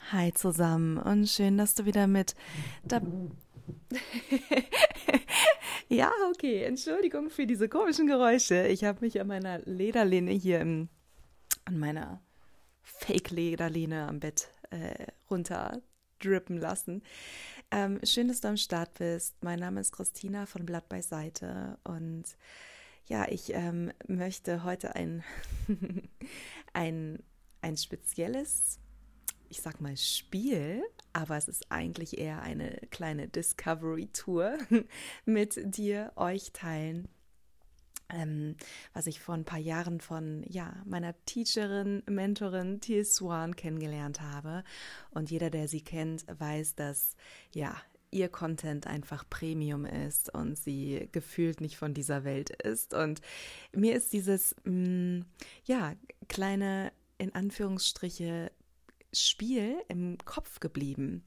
Hi zusammen und schön, dass du wieder mit da Ja, okay, Entschuldigung für diese komischen Geräusche. Ich habe mich an meiner Lederlehne an meiner Fake-Lederlehne am Bett runter drippen lassen. Schön, dass du am Start bist. Mein Name ist Christina von Blatt beiseite und ja, ich möchte heute ein, ein spezielles, ich sag mal, Spiel, aber es ist eigentlich eher eine kleine Discovery-Tour mit dir, euch teilen, was ich vor ein paar Jahren von meiner Teacherin, Mentorin T.S. Swan kennengelernt habe. Und jeder, der sie kennt, weiß, dass ihr Content einfach Premium ist und sie gefühlt nicht von dieser Welt ist. Und mir ist dieses kleine, in Anführungsstriche, Spiel im Kopf geblieben,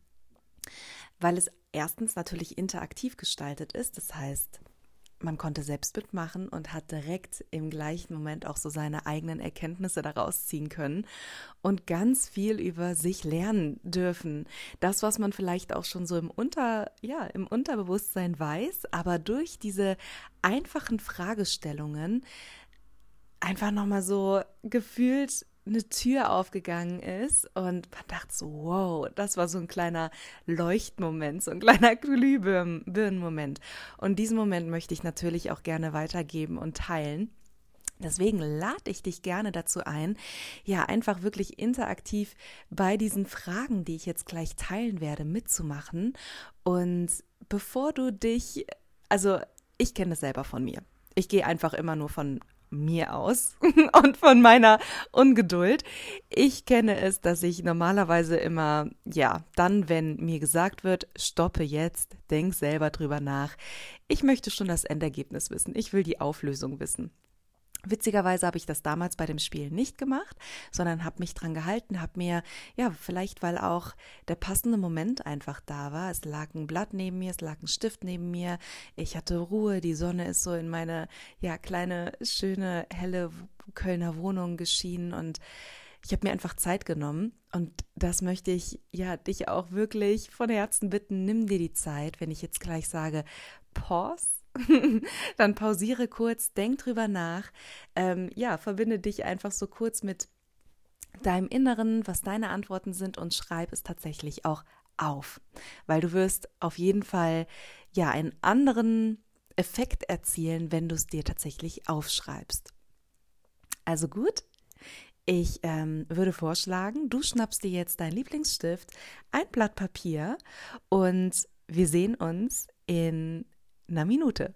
weil es erstens natürlich interaktiv gestaltet ist. Das heißt, man konnte selbst mitmachen und hat direkt im gleichen Moment auch so seine eigenen Erkenntnisse daraus ziehen können und ganz viel über sich lernen dürfen. Das, was man vielleicht auch schon so im Unterbewusstsein weiß, aber durch diese einfachen Fragestellungen einfach nochmal so gefühlt eine Tür aufgegangen ist und man dachte so, wow, das war so ein kleiner Leuchtmoment, so ein kleiner Glühbirnenmoment. Und diesen Moment möchte ich natürlich auch gerne weitergeben und teilen. Deswegen lade ich dich gerne dazu ein, ja, einfach wirklich interaktiv bei diesen Fragen, die ich jetzt gleich teilen werde, mitzumachen. Und bevor du dich, also ich kenne das selber von mir. Ich gehe einfach immer nur von mir aus und von meiner Ungeduld. Ich kenne es, dass ich normalerweise immer, dann, wenn mir gesagt wird, stoppe jetzt, denk selber drüber nach. Ich möchte schon das Endergebnis wissen. Ich will die Auflösung wissen. Witzigerweise habe ich das damals bei dem Spiel nicht gemacht, sondern habe mich dran gehalten, habe mir, vielleicht weil auch der passende Moment einfach da war. Es lag ein Blatt neben mir, es lag ein Stift neben mir. Ich hatte Ruhe, die Sonne ist so in meine, kleine, schöne, helle Kölner Wohnung geschienen und ich habe mir einfach Zeit genommen und das möchte ich, dich auch wirklich von Herzen bitten, nimm dir die Zeit, wenn ich jetzt gleich sage, pause. Dann pausiere kurz, denk drüber nach, verbinde dich einfach so kurz mit deinem Inneren, was deine Antworten sind und schreib es tatsächlich auch auf, weil du wirst auf jeden Fall einen anderen Effekt erzielen, wenn du es dir tatsächlich aufschreibst. Also gut, ich würde vorschlagen, du schnappst dir jetzt deinen Lieblingsstift, ein Blatt Papier und wir sehen uns in einer Minute.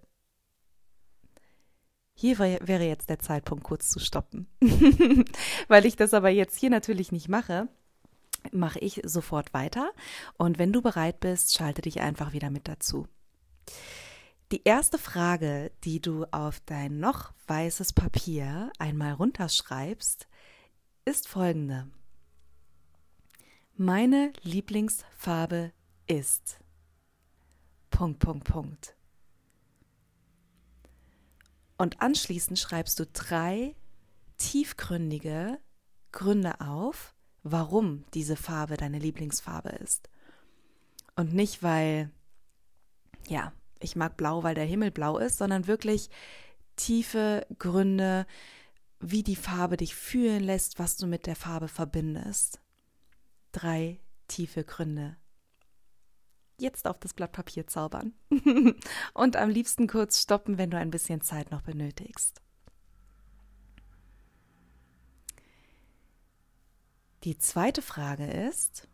Hier wäre jetzt der Zeitpunkt, kurz zu stoppen. Weil ich das aber jetzt hier natürlich nicht mache, mache ich sofort weiter. Und wenn du bereit bist, schalte dich einfach wieder mit dazu. Die erste Frage, die du auf dein noch weißes Papier einmal runterschreibst, ist folgende. Meine Lieblingsfarbe ist... Punkt, Punkt, Punkt. Und anschließend schreibst du 3 tiefgründige Gründe auf, warum diese Farbe deine Lieblingsfarbe ist. Und nicht, weil, ich mag blau, weil der Himmel blau ist, sondern wirklich tiefe Gründe, wie die Farbe dich fühlen lässt, was du mit der Farbe verbindest. 3 tiefe Gründe. Jetzt auf das Blatt Papier zaubern. Und am liebsten kurz stoppen, wenn du ein bisschen Zeit noch benötigst. Die zweite Frage ist,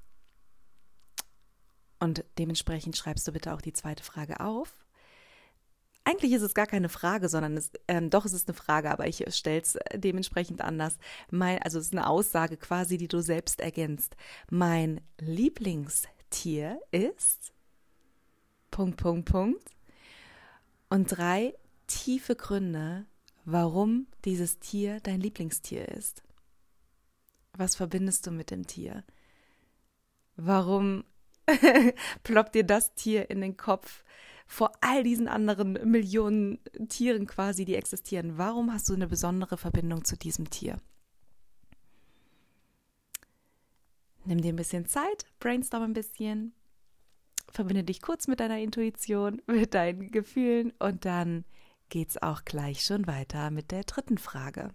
und dementsprechend schreibst du bitte auch die zweite Frage auf. Eigentlich ist es gar keine Frage, sondern es ist eine Frage, aber ich stelle es dementsprechend anders. Es ist eine Aussage quasi, die du selbst ergänzt. Mein Lieblingstier ist... Punkt, Punkt, Punkt. Und 3 tiefe Gründe, warum dieses Tier dein Lieblingstier ist. Was verbindest du mit dem Tier? Warum ploppt dir das Tier in den Kopf vor all diesen anderen Millionen Tieren quasi, die existieren? Warum hast du eine besondere Verbindung zu diesem Tier? Nimm dir ein bisschen Zeit, brainstorm ein bisschen, verbinde dich kurz mit deiner Intuition, mit deinen Gefühlen und dann geht's auch gleich schon weiter mit der dritten Frage.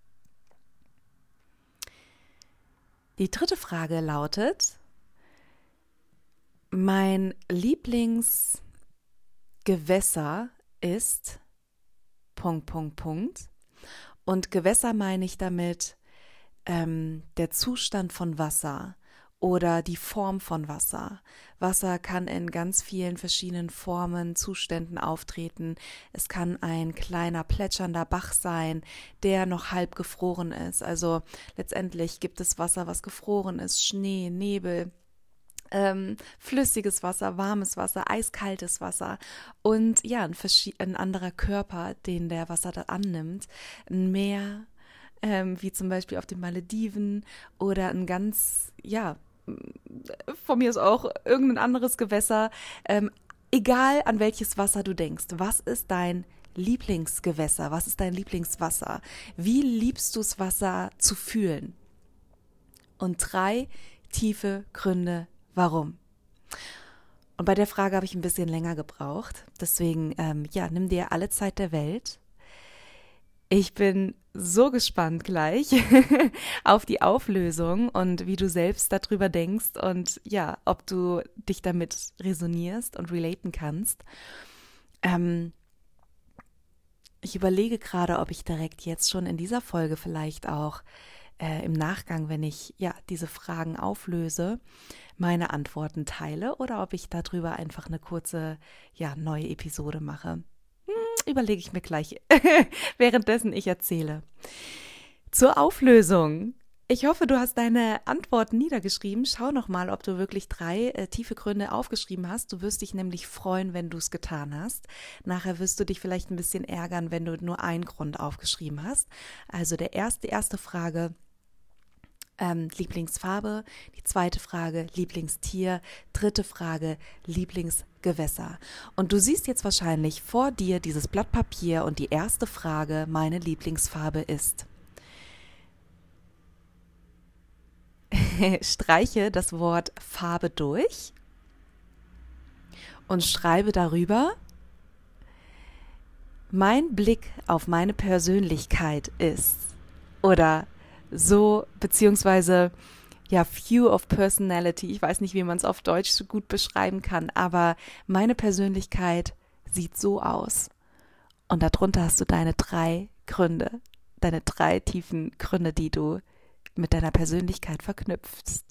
Die dritte Frage lautet: Mein Lieblingsgewässer ist ... Und Gewässer meine ich damit der Zustand von Wasser oder die Form von Wasser. Wasser kann in ganz vielen verschiedenen Formen, Zuständen auftreten. Es kann ein kleiner plätschernder Bach sein, der noch halb gefroren ist. Also letztendlich gibt es Wasser, was gefroren ist, Schnee, Nebel, flüssiges Wasser, warmes Wasser, eiskaltes Wasser und ja, ein anderer Körper, den der Wasser da annimmt, ein Meer, wie zum Beispiel auf den Malediven oder ein ganz, ja, von mir ist auch irgendein anderes Gewässer, egal an welches Wasser du denkst. Was ist dein Lieblingsgewässer? Was ist dein Lieblingswasser? Wie liebst du es, Wasser zu fühlen? Und 3 tiefe Gründe, warum. Und bei der Frage habe ich ein bisschen länger gebraucht. Deswegen, nimm dir alle Zeit der Welt. Ich bin so gespannt gleich auf die Auflösung und wie du selbst darüber denkst und ja, ob du dich damit resonierst und relaten kannst. Ich überlege gerade, ob ich direkt jetzt schon in dieser Folge vielleicht auch im Nachgang, wenn ich ja diese Fragen auflöse, meine Antworten teile oder ob ich darüber einfach eine kurze, ja, neue Episode mache. Überlege ich mir gleich, währenddessen ich erzähle. Zur Auflösung. Ich hoffe, du hast deine Antworten niedergeschrieben. Schau nochmal, ob du wirklich 3 tiefe Gründe aufgeschrieben hast. Du wirst dich nämlich freuen, wenn du es getan hast. Nachher wirst du dich vielleicht ein bisschen ärgern, wenn du nur einen Grund aufgeschrieben hast. Also die erste Frage, Lieblingsfarbe, die zweite Frage, Lieblingstier, dritte Frage, Lieblingsgewässer. Und du siehst jetzt wahrscheinlich vor dir dieses Blatt Papier und die erste Frage, meine Lieblingsfarbe ist. Streiche das Wort Farbe durch und schreibe darüber: Mein Blick auf meine Persönlichkeit ist, oder so, beziehungsweise, ja, View of Personality, ich weiß nicht, wie man es auf Deutsch so gut beschreiben kann, aber meine Persönlichkeit sieht so aus. Und darunter hast du deine 3 Gründe, deine 3 tiefen Gründe, die du mit deiner Persönlichkeit verknüpfst.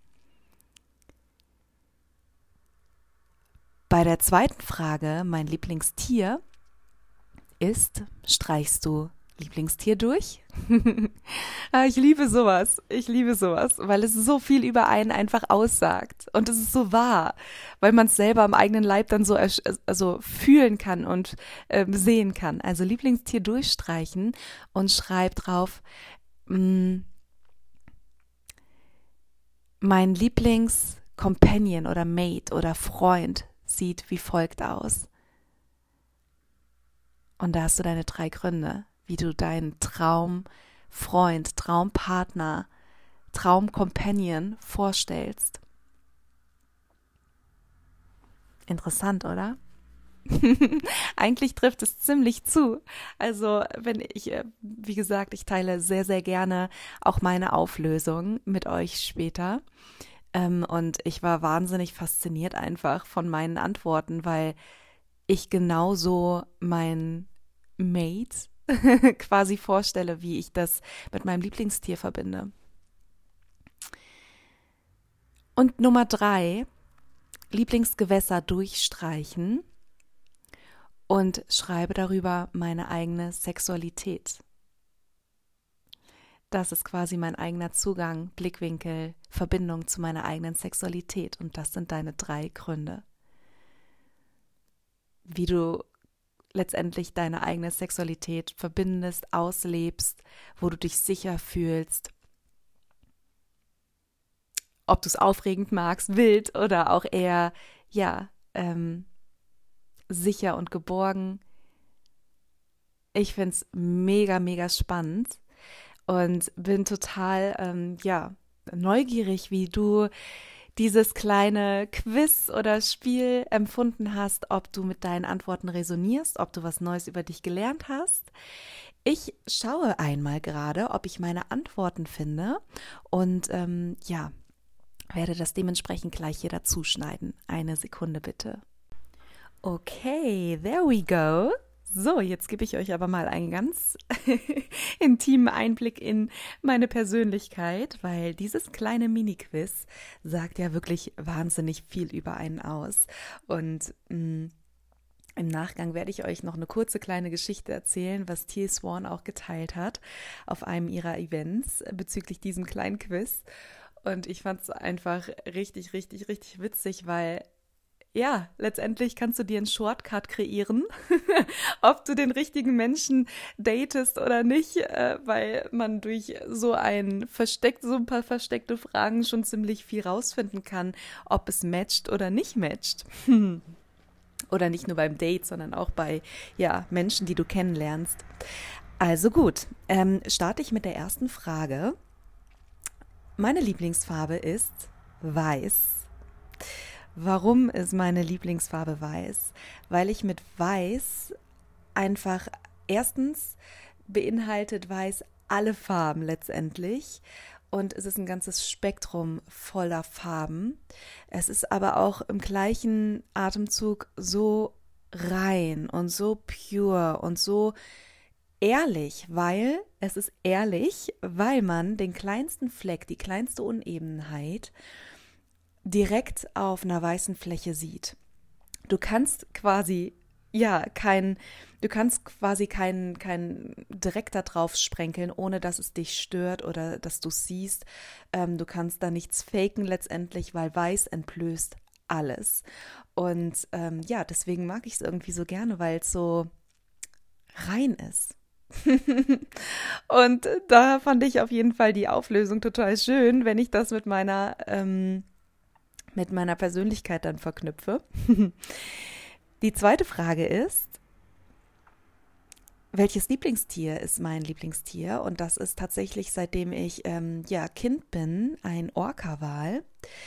Bei der zweiten Frage, mein Lieblingstier ist, streichst du Lieblingstier durch? Ich liebe sowas, weil es so viel über einen einfach aussagt und es ist so wahr, weil man es selber am eigenen Leib dann so also fühlen kann und sehen kann. Also Lieblingstier durchstreichen und schreib drauf, mein Lieblings-Companion oder Mate oder Freund sieht wie folgt aus. Und da hast du deine 3 Gründe, wie du deinen Traumfreund, Traumpartner, Traumcompanion vorstellst. Interessant, oder? Eigentlich trifft es ziemlich zu. Also wie gesagt, ich teile sehr, sehr gerne auch meine Auflösung mit euch später. Und ich war wahnsinnig fasziniert einfach von meinen Antworten, weil ich genauso mein Mate quasi vorstelle, wie ich das mit meinem Lieblingstier verbinde. Und Nummer 3, Lieblingsgewässer durchstreichen und schreibe darüber meine eigene Sexualität. Das ist quasi mein eigener Zugang, Blickwinkel, Verbindung zu meiner eigenen Sexualität und das sind deine 3 Gründe. Wie du letztendlich deine eigene Sexualität verbindest, auslebst, wo du dich sicher fühlst, ob du es aufregend magst, wild oder auch eher, sicher und geborgen. Ich finde es mega, mega spannend und bin total, neugierig, wie du dieses kleine Quiz oder Spiel empfunden hast, ob du mit deinen Antworten resonierst, ob du was Neues über dich gelernt hast. Ich schaue einmal gerade, ob ich meine Antworten finde und werde das dementsprechend gleich hier dazu schneiden. Eine Sekunde bitte. Okay, there we go. So, jetzt gebe ich euch aber mal einen ganz intimen Einblick in meine Persönlichkeit, weil dieses kleine Mini-Quiz sagt ja wirklich wahnsinnig viel über einen aus. Und im Nachgang werde ich euch noch eine kurze kleine Geschichte erzählen, was Teal Swan auch geteilt hat auf einem ihrer Events bezüglich diesem kleinen Quiz. Und ich fand es einfach richtig, richtig, richtig witzig, weil ja, letztendlich kannst du dir einen Shortcut kreieren, ob du den richtigen Menschen datest oder nicht, weil man durch so ein ein paar versteckte Fragen schon ziemlich viel rausfinden kann, ob es matcht oder nicht matcht. Oder nicht nur beim Date, sondern auch bei Menschen, die du kennenlernst. Also gut, starte ich mit der ersten Frage. Meine Lieblingsfarbe ist weiß. Warum ist meine Lieblingsfarbe weiß? Weil ich mit weiß einfach, erstens beinhaltet weiß alle Farben letztendlich und es ist ein ganzes Spektrum voller Farben. Es ist aber auch im gleichen Atemzug so rein und so pure und so ehrlich, weil es ist ehrlich, weil man den kleinsten Fleck, die kleinste Unebenheit direkt auf einer weißen Fläche sieht. Du kannst quasi kein direkt da drauf sprenkeln, ohne dass es dich stört oder dass du es siehst. Du kannst da nichts faken letztendlich, weil weiß entblößt alles. Und deswegen mag ich es irgendwie so gerne, weil es so rein ist. Und da fand ich auf jeden Fall die Auflösung total schön, wenn ich das mit meiner Persönlichkeit dann verknüpfe. Die zweite Frage ist, welches Lieblingstier ist mein Lieblingstier? Und das ist tatsächlich, seitdem ich Kind bin, ein Orca-Wal.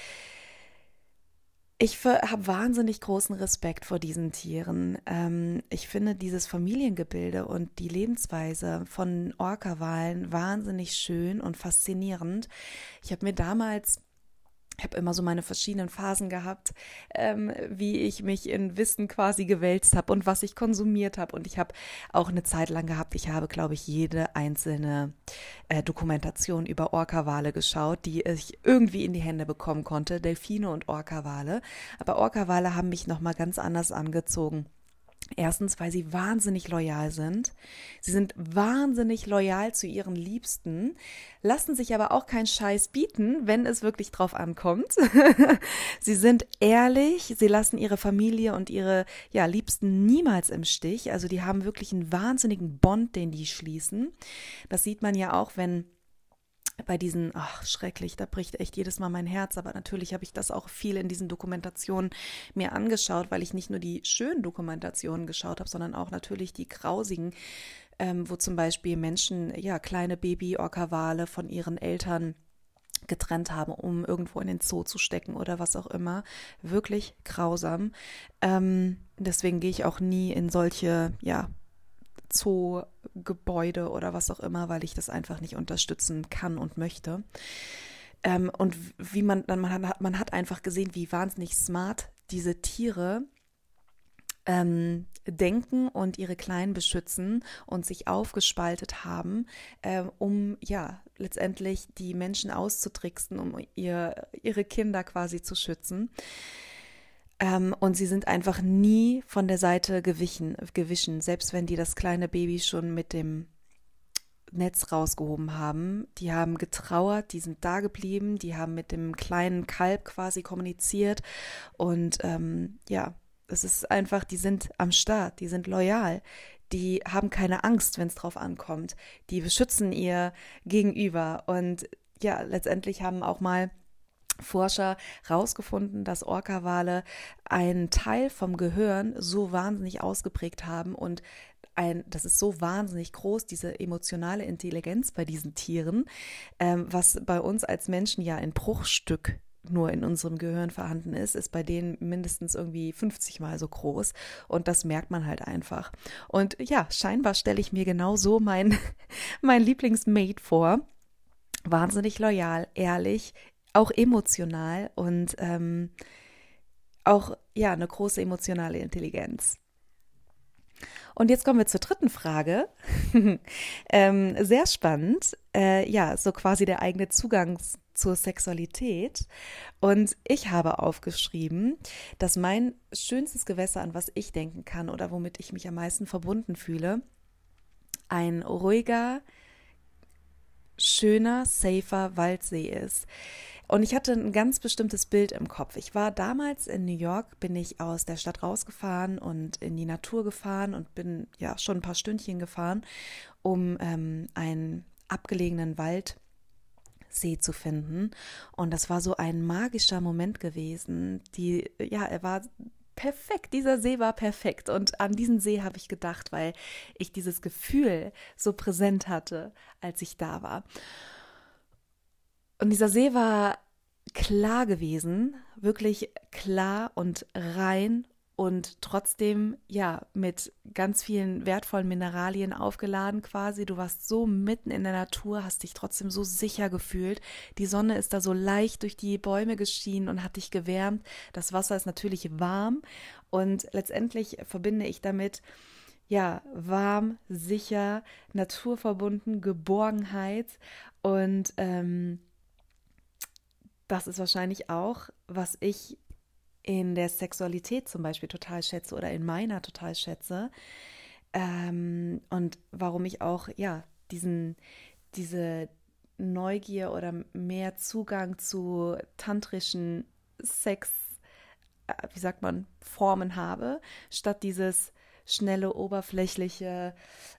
Ich habe wahnsinnig großen Respekt vor diesen Tieren. Ich finde dieses Familiengebilde und die Lebensweise von Orca-Walen wahnsinnig schön und faszinierend. Ich habe immer so meine verschiedenen Phasen gehabt, wie ich mich in Wissen quasi gewälzt habe und was ich konsumiert habe. Und ich habe auch eine Zeit lang gehabt, ich habe, glaube ich, jede einzelne Dokumentation über Orca-Wale geschaut, die ich irgendwie in die Hände bekommen konnte, Delfine und Orca-Wale. Aber Orca-Wale haben mich nochmal ganz anders angezogen. Erstens, weil sie wahnsinnig loyal sind. Sie sind wahnsinnig loyal zu ihren Liebsten, lassen sich aber auch keinen Scheiß bieten, wenn es wirklich drauf ankommt. Sie sind ehrlich, sie lassen ihre Familie und ihre Liebsten niemals im Stich. Also die haben wirklich einen wahnsinnigen Bond, den die schließen. Das sieht man ja auch, wenn bei diesen, schrecklich, da bricht echt jedes Mal mein Herz, aber natürlich habe ich das auch viel in diesen Dokumentationen mir angeschaut, weil ich nicht nur die schönen Dokumentationen geschaut habe, sondern auch natürlich die grausigen, wo zum Beispiel Menschen, kleine Baby-Orca-Wale von ihren Eltern getrennt haben, um irgendwo in den Zoo zu stecken oder was auch immer. Wirklich grausam. Deswegen gehe ich auch nie in solche, Zoo-Gebäude oder was auch immer, weil ich das einfach nicht unterstützen kann und möchte. Und wie man hat einfach gesehen, wie wahnsinnig smart diese Tiere denken und ihre Kleinen beschützen und sich aufgespaltet haben, um letztendlich die Menschen auszutricksen, um ihre Kinder quasi zu schützen. Und sie sind einfach nie von der Seite gewichen, selbst wenn die das kleine Baby schon mit dem Netz rausgehoben haben. Die haben getrauert, die sind da geblieben, die haben mit dem kleinen Kalb quasi kommuniziert und es ist einfach, die sind am Start, die sind loyal, die haben keine Angst, wenn es drauf ankommt, die beschützen ihr Gegenüber und letztendlich haben auch mal Forscher herausgefunden, dass Orca-Wale einen Teil vom Gehirn so wahnsinnig ausgeprägt haben und das ist so wahnsinnig groß, diese emotionale Intelligenz bei diesen Tieren, was bei uns als Menschen ja ein Bruchstück nur in unserem Gehirn vorhanden ist bei denen mindestens irgendwie 50 Mal so groß und das merkt man halt einfach. Und ja, scheinbar stelle ich mir genau so mein Lieblingsmate vor. Wahnsinnig loyal, ehrlich, auch emotional und auch ja eine große emotionale Intelligenz. Und jetzt kommen wir zur dritten Frage. Sehr spannend. Ja, so quasi der eigene Zugang zur Sexualität. Und ich habe aufgeschrieben, dass mein schönstes Gewässer, an was ich denken kann oder womit ich mich am meisten verbunden fühle, ein ruhiger, schöner, safer Waldsee ist. Und ich hatte ein ganz bestimmtes Bild im Kopf. Ich war damals in New York, bin ich aus der Stadt rausgefahren und in die Natur gefahren und bin ja schon ein paar Stündchen gefahren, um einen abgelegenen Waldsee zu finden. Und das war so ein magischer Moment gewesen. Er war perfekt, dieser See war perfekt. Und an diesen See habe ich gedacht, weil ich dieses Gefühl so präsent hatte, als ich da war. Und dieser See war klar gewesen, wirklich klar und rein und trotzdem, ja, mit ganz vielen wertvollen Mineralien aufgeladen quasi. Du warst so mitten in der Natur, hast dich trotzdem so sicher gefühlt. Die Sonne ist da so leicht durch die Bäume geschienen und hat dich gewärmt. Das Wasser ist natürlich warm und letztendlich verbinde ich damit, ja, warm, sicher, naturverbunden, Geborgenheit und das ist wahrscheinlich auch, was ich in der Sexualität zum Beispiel total schätze oder in meiner total schätze. Und warum ich auch, ja, diese Neugier oder mehr Zugang zu tantrischen Sex, wie sagt man, Formen habe, statt dieses schnelle, oberflächliche,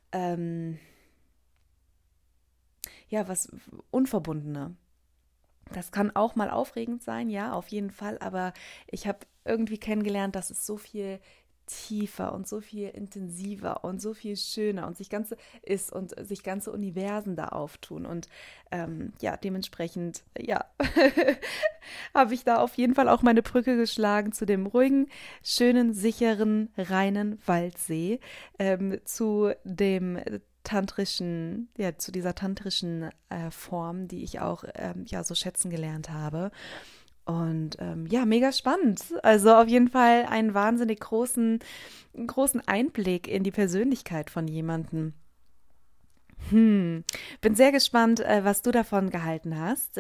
ja, was Unverbundene. Das kann auch mal aufregend sein, ja, auf jeden Fall, aber ich habe irgendwie kennengelernt, dass es so viel tiefer und so viel intensiver und so viel schöner und sich ganze Universen da auftun und ja, dementsprechend, ja, habe ich da auf jeden Fall auch meine Brücke geschlagen zu dem ruhigen, schönen, sicheren, reinen Waldsee, zu dem zu dieser tantrischen Form, die ich auch ja so schätzen gelernt habe. Und ja, mega spannend. Also auf jeden Fall einen wahnsinnig großen Einblick in die Persönlichkeit von jemandem. Bin sehr gespannt, was du davon gehalten hast.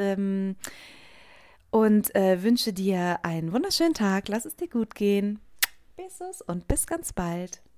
Und wünsche dir einen wunderschönen Tag. Lass es dir gut gehen. Bis und bis ganz bald.